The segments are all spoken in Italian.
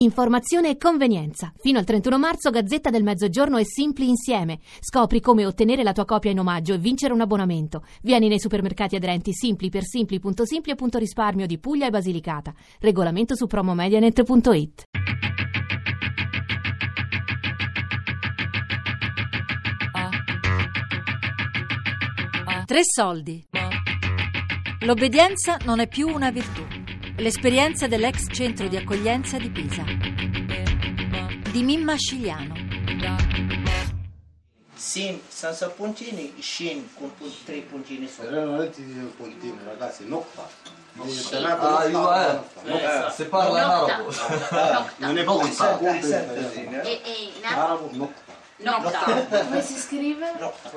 Informazione e convenienza. Fino al 31 marzo Gazzetta del Mezzogiorno e Simpli insieme. Scopri come ottenere la tua copia in omaggio e vincere un abbonamento. Vieni nei supermercati aderenti Simpli per simpli.simpli.risparmio di Puglia e Basilicata. Regolamento su promomedianet.it. Tre soldi. L'obbedienza non è più una virtù. L'esperienza dell'ex centro di accoglienza di Pisa. Di Mimma Scigliano. Sim senza puntini, shin con tre puntini sopra. Però non ti dicono puntini, ragazzi, nokta. Se parla in arabo. Non è punta. In arabo nokta. Come si scrive?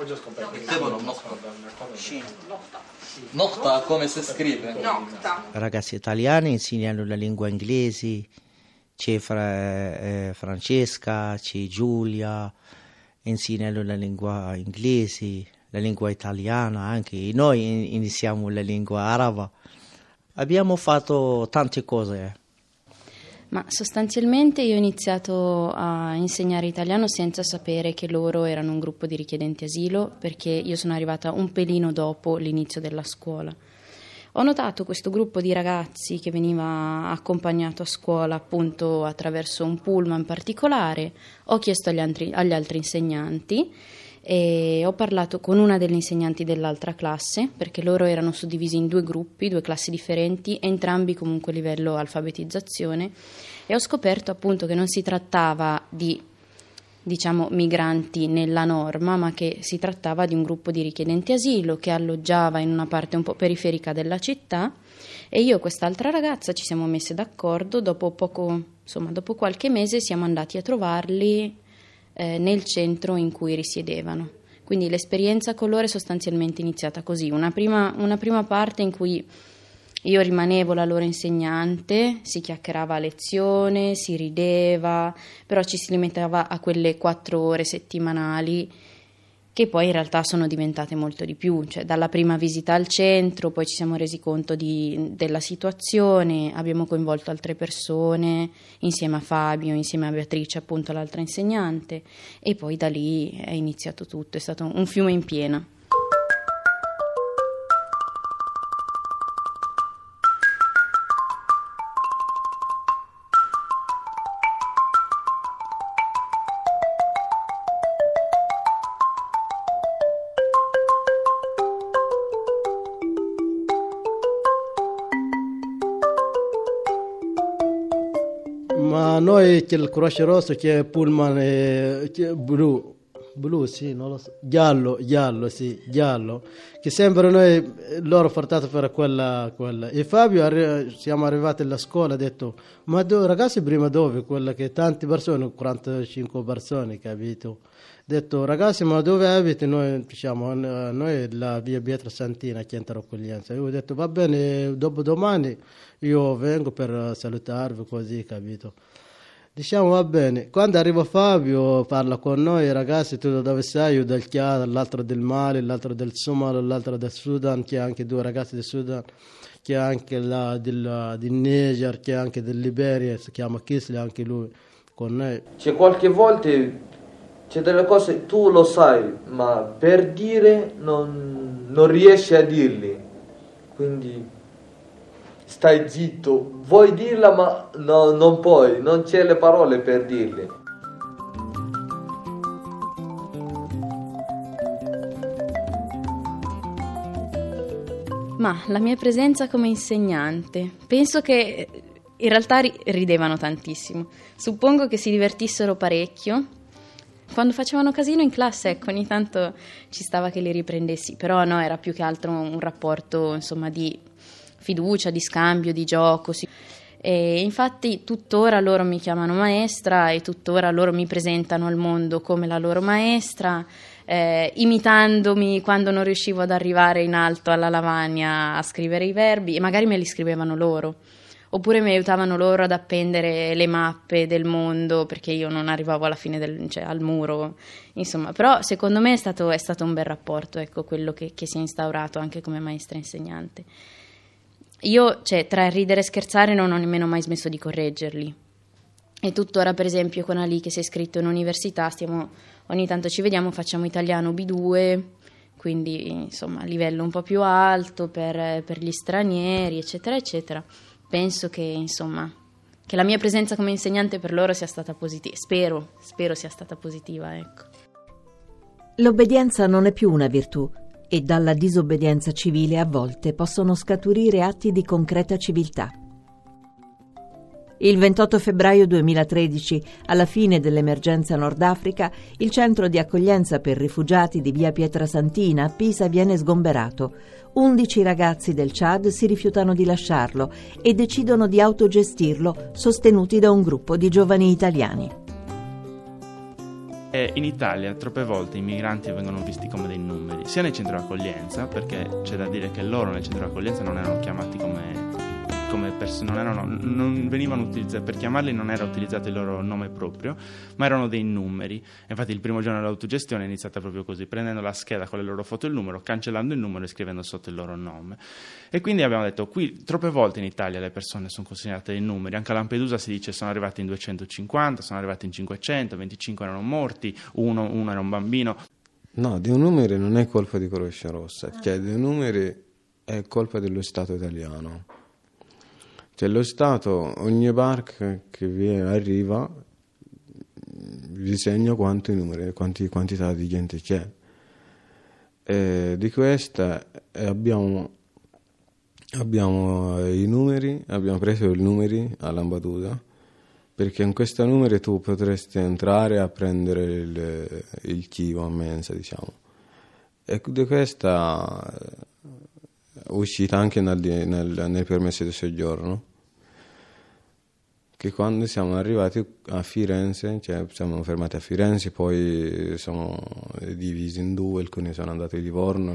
Shin. Nokta come si scrive? Ragazzi italiani insegnano la lingua inglese, c'è Francesca, c'è Giulia, insegnano la lingua inglese, la lingua italiana anche. Noi iniziamo la lingua araba. Abbiamo fatto tante cose. Ma sostanzialmente io ho iniziato a insegnare italiano senza sapere che loro erano un gruppo di richiedenti asilo, perché io sono arrivata un pelino dopo l'inizio della scuola. Ho notato questo gruppo di ragazzi che veniva accompagnato a scuola appunto attraverso un pullman particolare. Ho chiesto agli altri insegnanti e ho parlato con una delle insegnanti dell'altra classe, perché loro erano suddivisi in due gruppi, due classi differenti, entrambi comunque a livello alfabetizzazione, e ho scoperto appunto che non si trattava di, diciamo, migranti nella norma, ma che si trattava di un gruppo di richiedenti asilo che alloggiava in una parte un po' periferica della città, e io e quest'altra ragazza ci siamo messe d'accordo. Dopo qualche mese siamo andati a trovarli nel centro in cui risiedevano. Quindi l'esperienza con loro è sostanzialmente iniziata così, una prima parte in cui io rimanevo la loro insegnante, si chiacchierava a lezione, si rideva, però ci si limitava a quelle 4 ore settimanali, che poi in realtà sono diventate molto di più. Cioè, dalla prima visita al centro, poi ci siamo resi conto della situazione, abbiamo coinvolto altre persone, insieme a Fabio, insieme a Beatrice, appunto l'altra insegnante, e poi da lì è iniziato tutto, è stato un fiume in piena. Ma noi c'è il Croce Rosso, c'è Pullman, c'è blu, sì, non lo so, giallo, sì, giallo, che sembra noi loro portato per quella. E Fabio, siamo arrivati alla scuola, ha detto, ma ragazzi prima dove? Quella che tante persone, 45 persone, capito? Ha detto, ragazzi, ma dove abiti? Noi diciamo, noi la via Pietro Santina, Chienta Raccoglienza. Io ho detto, va bene, dopodomani io vengo per salutarvi così, capito? Diciamo, va bene. Quando arriva Fabio, parla con noi, ragazzi, tu da dove sei? Io del Chiad, l'altro del Mali, l'altro del Somalia, l'altro del Sudan, c'è anche 2 ragazzi del Sudan, c'è anche del Niger, c'è anche del Liberia, si chiama Kisle, anche lui con noi. C'è qualche volta, c'è delle cose tu lo sai, ma per dire non riesci a dirli, quindi stai zitto, vuoi dirla ma no, non puoi, non c'è le parole per dirle. Ma la mia presenza come insegnante, penso che in realtà ridevano tantissimo, suppongo che si divertissero parecchio. Quando facevano casino in classe, ecco, ogni tanto ci stava che li riprendessi, però no, era più che altro un rapporto, insomma, di fiducia, di scambio, di gioco. E infatti tuttora loro mi chiamano maestra e tuttora loro mi presentano al mondo come la loro maestra, imitandomi quando non riuscivo ad arrivare in alto alla lavagna a scrivere i verbi, e magari me li scrivevano loro. Oppure mi aiutavano loro ad appendere le mappe del mondo, perché io non arrivavo alla fine al muro, insomma. Però secondo me è stato un bel rapporto, ecco, quello che si è instaurato anche come maestra insegnante. Io, tra ridere e scherzare, non ho nemmeno mai smesso di correggerli. E tuttora, per esempio, con Ali che si è iscritto in università, ogni tanto ci vediamo, facciamo italiano B2, quindi insomma a livello un po' più alto per gli stranieri, eccetera, eccetera. Penso che insomma che la mia presenza come insegnante per loro sia stata positiva, spero sia stata positiva, ecco. L'obbedienza non è più una virtù e dalla disobbedienza civile a volte possono scaturire atti di concreta civiltà. Il 28 febbraio 2013, alla fine dell'emergenza Nord Africa, il centro di accoglienza per rifugiati di via Pietrasantina a Pisa viene sgomberato. 11 ragazzi del Chad si rifiutano di lasciarlo e decidono di autogestirlo, sostenuti da un gruppo di giovani italiani. In Italia troppe volte i migranti vengono visti come dei numeri, sia nel centro di accoglienza, perché c'è da dire che loro nel centro di accoglienza non erano chiamati come non venivano utilizzati, per chiamarli non era utilizzato il loro nome proprio, ma erano dei numeri. Infatti il primo giorno dell'autogestione è iniziata proprio così, prendendo la scheda con le loro foto e il numero, cancellando il numero e scrivendo sotto il loro nome. E quindi abbiamo detto, qui troppe volte in Italia le persone sono considerate dei numeri, anche a Lampedusa si dice sono arrivati in 250, sono arrivati in 500, 25 erano morti, uno era un bambino. No, dei numeri non è colpa di Croce Rossa, cioè dei numeri è colpa dello Stato italiano. Cioè lo Stato, ogni barca che arriva vi segna quanti numeri, quantità di gente c'è. E di questa abbiamo i numeri, abbiamo preso i numeri a Lampedusa, perché in questi numeri tu potresti entrare a prendere il cibo a mensa, diciamo. E di questa è uscita anche nel permesso di soggiorno, che quando siamo arrivati a Firenze, cioè siamo fermati a Firenze, poi siamo divisi in due, alcuni sono andati a Livorno,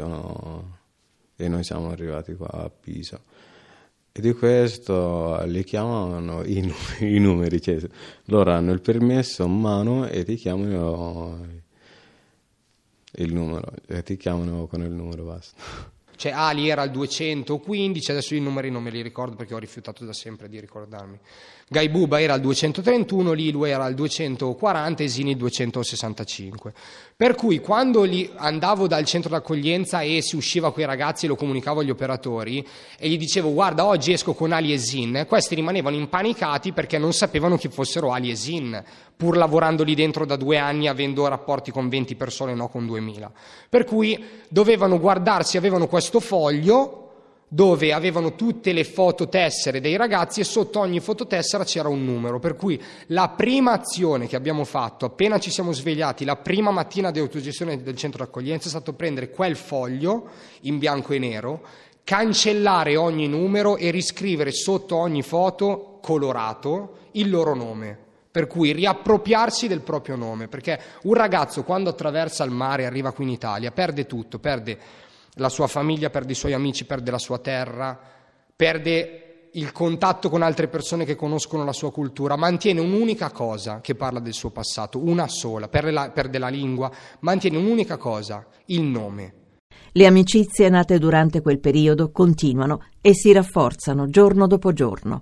e noi siamo arrivati qua a Pisa. E di questo li chiamano i numeri, cioè loro hanno il permesso in mano e ti chiamano il numero, e ti chiamano con il numero, basta. Cioè Ali era al 215, adesso i numeri non me li ricordo perché ho rifiutato da sempre di ricordarmi. Gaibuba era al 231, Lilu era al 240 e Sini 265. Per cui quando andavo dal centro d'accoglienza e si usciva con i ragazzi e lo comunicavo agli operatori e gli dicevo guarda oggi esco con Ali e Zin, questi rimanevano impanicati perché non sapevano chi fossero Ali e Zin, pur lavorando lì dentro da 2 anni, avendo rapporti con 20 persone, no con 2000. Per cui dovevano guardarsi, avevano questo foglio dove avevano tutte le fototessere dei ragazzi e sotto ogni fototessera c'era un numero, per cui la prima azione che abbiamo fatto appena ci siamo svegliati la prima mattina di autogestione del centro d'accoglienza è stato prendere quel foglio in bianco e nero, cancellare ogni numero e riscrivere sotto ogni foto colorato il loro nome. Per cui riappropriarsi del proprio nome, perché un ragazzo quando attraversa il mare e arriva qui in Italia perde tutto, perde la sua famiglia, perde i suoi amici, perde la sua terra, perde il contatto con altre persone che conoscono la sua cultura, mantiene un'unica cosa che parla del suo passato, una sola, perde la lingua, mantiene un'unica cosa, il nome. Le amicizie nate durante quel periodo continuano e si rafforzano giorno dopo giorno.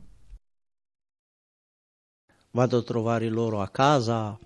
Vado a trovare loro a casa,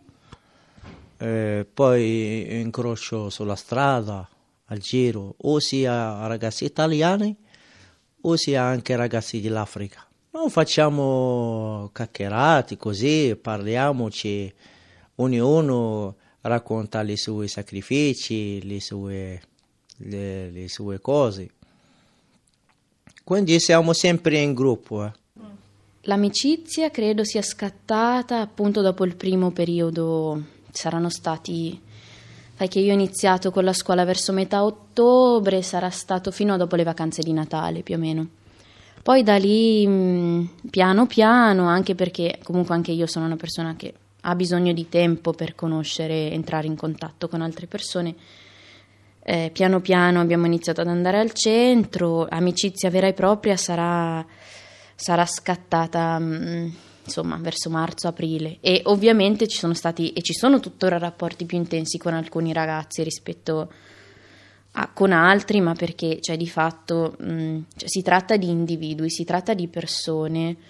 poi incrocio sulla strada, al giro, o sia ragazzi italiani o sia anche ragazzi dell'Africa. Non facciamo chiacchierate così, parliamoci, ognuno racconta i suoi sacrifici, le sue cose. Quindi siamo sempre in gruppo. L'amicizia credo sia scattata appunto dopo il primo periodo, saranno stati, fai che io ho iniziato con la scuola verso metà ottobre, sarà stato fino a dopo le vacanze di Natale più o meno. Poi da lì piano piano, anche perché comunque anche io sono una persona che ha bisogno di tempo per conoscere, entrare in contatto con altre persone, piano piano abbiamo iniziato ad andare al centro, amicizia vera e propria sarà scattata insomma verso marzo-aprile e ovviamente ci sono stati e ci sono tuttora rapporti più intensi con alcuni ragazzi rispetto con altri, ma perché cioè di fatto si tratta di individui, si tratta di persone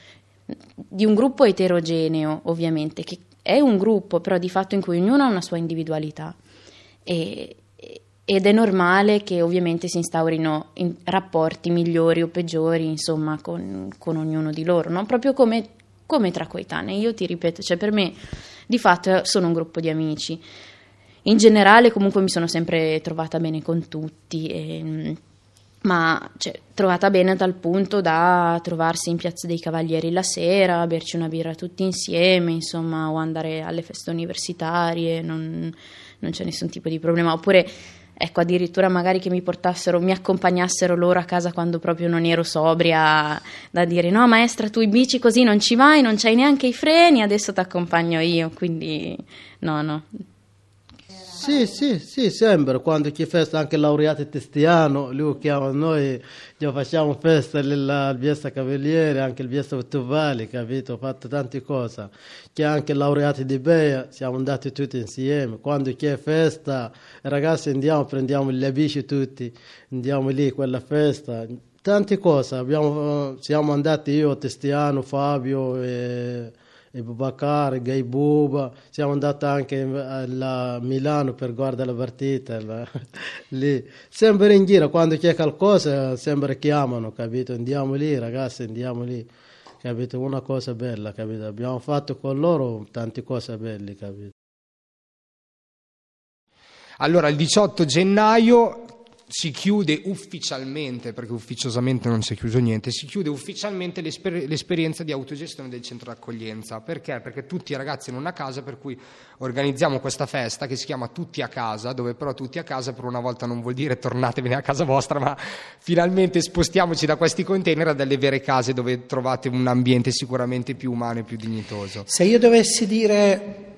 di un gruppo eterogeneo, ovviamente, che è un gruppo, però di fatto in cui ognuno ha una sua individualità. Ed è normale che ovviamente si instaurino rapporti migliori o peggiori, insomma, con ognuno di loro, no? Proprio come tra coetanei. Io ti ripeto, cioè per me di fatto sono un gruppo di amici. In generale comunque mi sono sempre trovata bene con tutti, ma trovata bene dal punto da trovarsi in Piazza dei Cavalieri la sera, berci una birra tutti insieme, insomma, o andare alle feste universitarie, non c'è nessun tipo di problema. Oppure, ecco, addirittura magari che mi accompagnassero loro a casa quando proprio non ero sobria, da dire: no maestra, tu in bici così non ci vai, non c'hai neanche i freni, adesso ti accompagno io, quindi no. Sì, sempre, quando c'è festa anche laureati Testiano, lui chiama noi, io facciamo festa al Piazza Cavaliere, anche il Piazza Ottovali, capito? Ho fatto tante cose, c'è anche laureati di Beia, siamo andati tutti insieme, quando c'è festa, ragazzi prendiamo le bici tutti, andiamo lì, quella festa, tante cose, siamo andati io, Testiano, Fabio e Babacar, Gai Buba, siamo andati anche a Milano per guardare la partita, lì. Sempre in giro, quando c'è qualcosa, sempre chiamano, capito? Andiamo lì, ragazzi, andiamo lì, capito? Una cosa bella, capito? Abbiamo fatto con loro tante cose belle, capito? Allora, il 18 gennaio si chiude ufficialmente, perché ufficiosamente non si è chiuso niente, si chiude ufficialmente l'esperienza di autogestione del centro d'accoglienza. Perché? Perché tutti i ragazzi hanno una casa, per cui organizziamo questa festa che si chiama Tutti a Casa, dove però tutti a casa per una volta non vuol dire tornatevene a casa vostra, ma finalmente spostiamoci da questi container a delle vere case dove trovate un ambiente sicuramente più umano e più dignitoso. Se io dovessi dire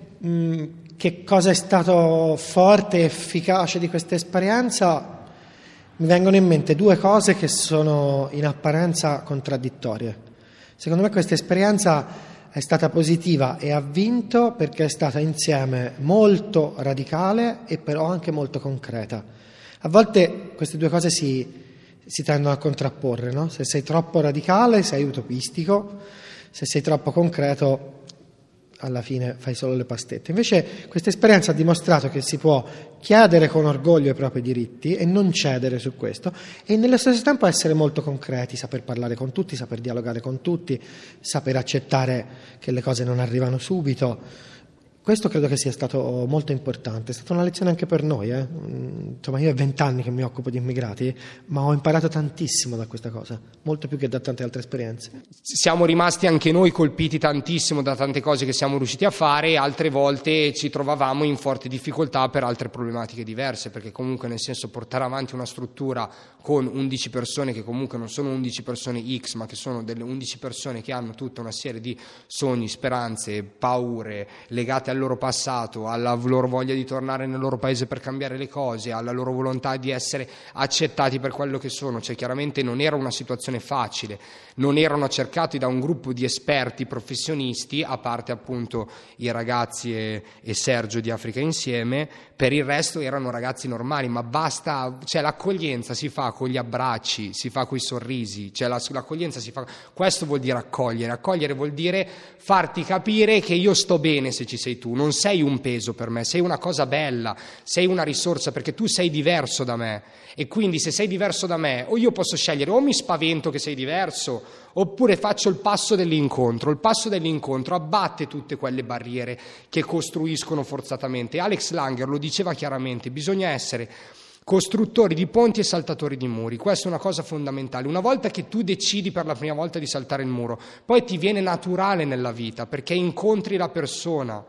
che cosa è stato forte e efficace di questa esperienza, mi vengono in mente due cose che sono in apparenza contraddittorie. Secondo me questa esperienza è stata positiva e ha vinto perché è stata insieme molto radicale e però anche molto concreta. A volte queste due cose si tendono a contrapporre, no? Se sei troppo radicale sei utopistico, se sei troppo concreto alla fine fai solo le pastette. Invece questa esperienza ha dimostrato che si può chiedere con orgoglio i propri diritti e non cedere su questo, e nello stesso tempo essere molto concreti, saper parlare con tutti, saper dialogare con tutti, saper accettare che le cose non arrivano subito. Questo credo che sia stato molto importante, è stata una lezione anche per noi. Insomma, io è 20 anni che mi occupo di immigrati, ma ho imparato tantissimo da questa cosa, molto più che da tante altre esperienze. Siamo rimasti anche noi colpiti tantissimo da tante cose che siamo riusciti a fare, e altre volte ci trovavamo in forte difficoltà per altre problematiche diverse, perché comunque, nel senso, portare avanti una struttura con 11 persone che comunque non sono 11 persone X, ma che sono delle 11 persone che hanno tutta una serie di sogni, speranze, paure legate al loro passato, alla loro voglia di tornare nel loro paese per cambiare le cose, alla loro volontà di essere accettati per quello che sono. Cioè, chiaramente non era una situazione facile, non erano cercati da un gruppo di esperti professionisti, a parte appunto i ragazzi e Sergio di Africa Insieme. Per il resto erano ragazzi normali, ma basta, cioè l'accoglienza si fa con gli abbracci, si fa con i sorrisi, cioè l'accoglienza si fa, questo vuol dire accogliere vuol dire farti capire che io sto bene se ci sei tu, non sei un peso per me, sei una cosa bella, sei una risorsa, perché tu sei diverso da me, e quindi se sei diverso da me, o io posso scegliere, o mi spavento che sei diverso, oppure faccio il passo dell'incontro. Il passo dell'incontro abbatte tutte quelle barriere che costruiscono forzatamente. Alex Langer lo diceva chiaramente: bisogna essere costruttori di ponti e saltatori di muri. Questa è una cosa fondamentale. Una volta che tu decidi per la prima volta di saltare il muro, poi ti viene naturale nella vita, perché incontri la persona.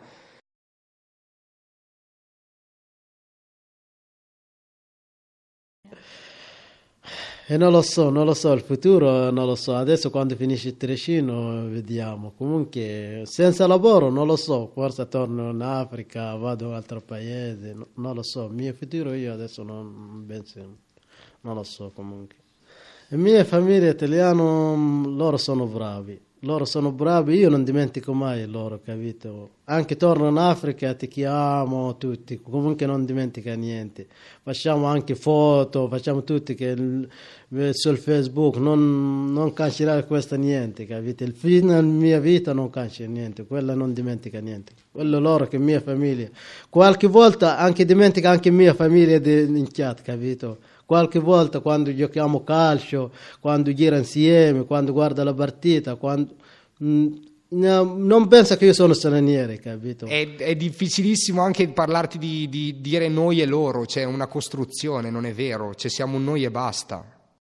E non lo so, il futuro non lo so. Adesso quando finisce il tirocinio vediamo. Comunque senza lavoro non lo so, forse torno in Africa, vado in altro paese, non lo so. Il mio futuro io adesso non lo so comunque. La mia famiglia italiana, loro sono bravi. Loro sono bravi, io non dimentico mai loro, capito? Anche torno in Africa, ti chiamo tutti, comunque non dimentica niente. Facciamo anche foto, facciamo tutti che sul Facebook, non cancellare questo niente, capito? Il fine della mia vita non cancella niente, quella non dimentica niente. Quello loro che è mia famiglia. Qualche volta anche dimentica anche mia famiglia in chat, capito? Qualche volta quando giochiamo calcio, quando gira insieme, quando guarda la partita, non pensa che io sono straniero, capito? È difficilissimo anche parlarti di dire noi e loro, c'è una costruzione, non è vero, siamo noi e basta.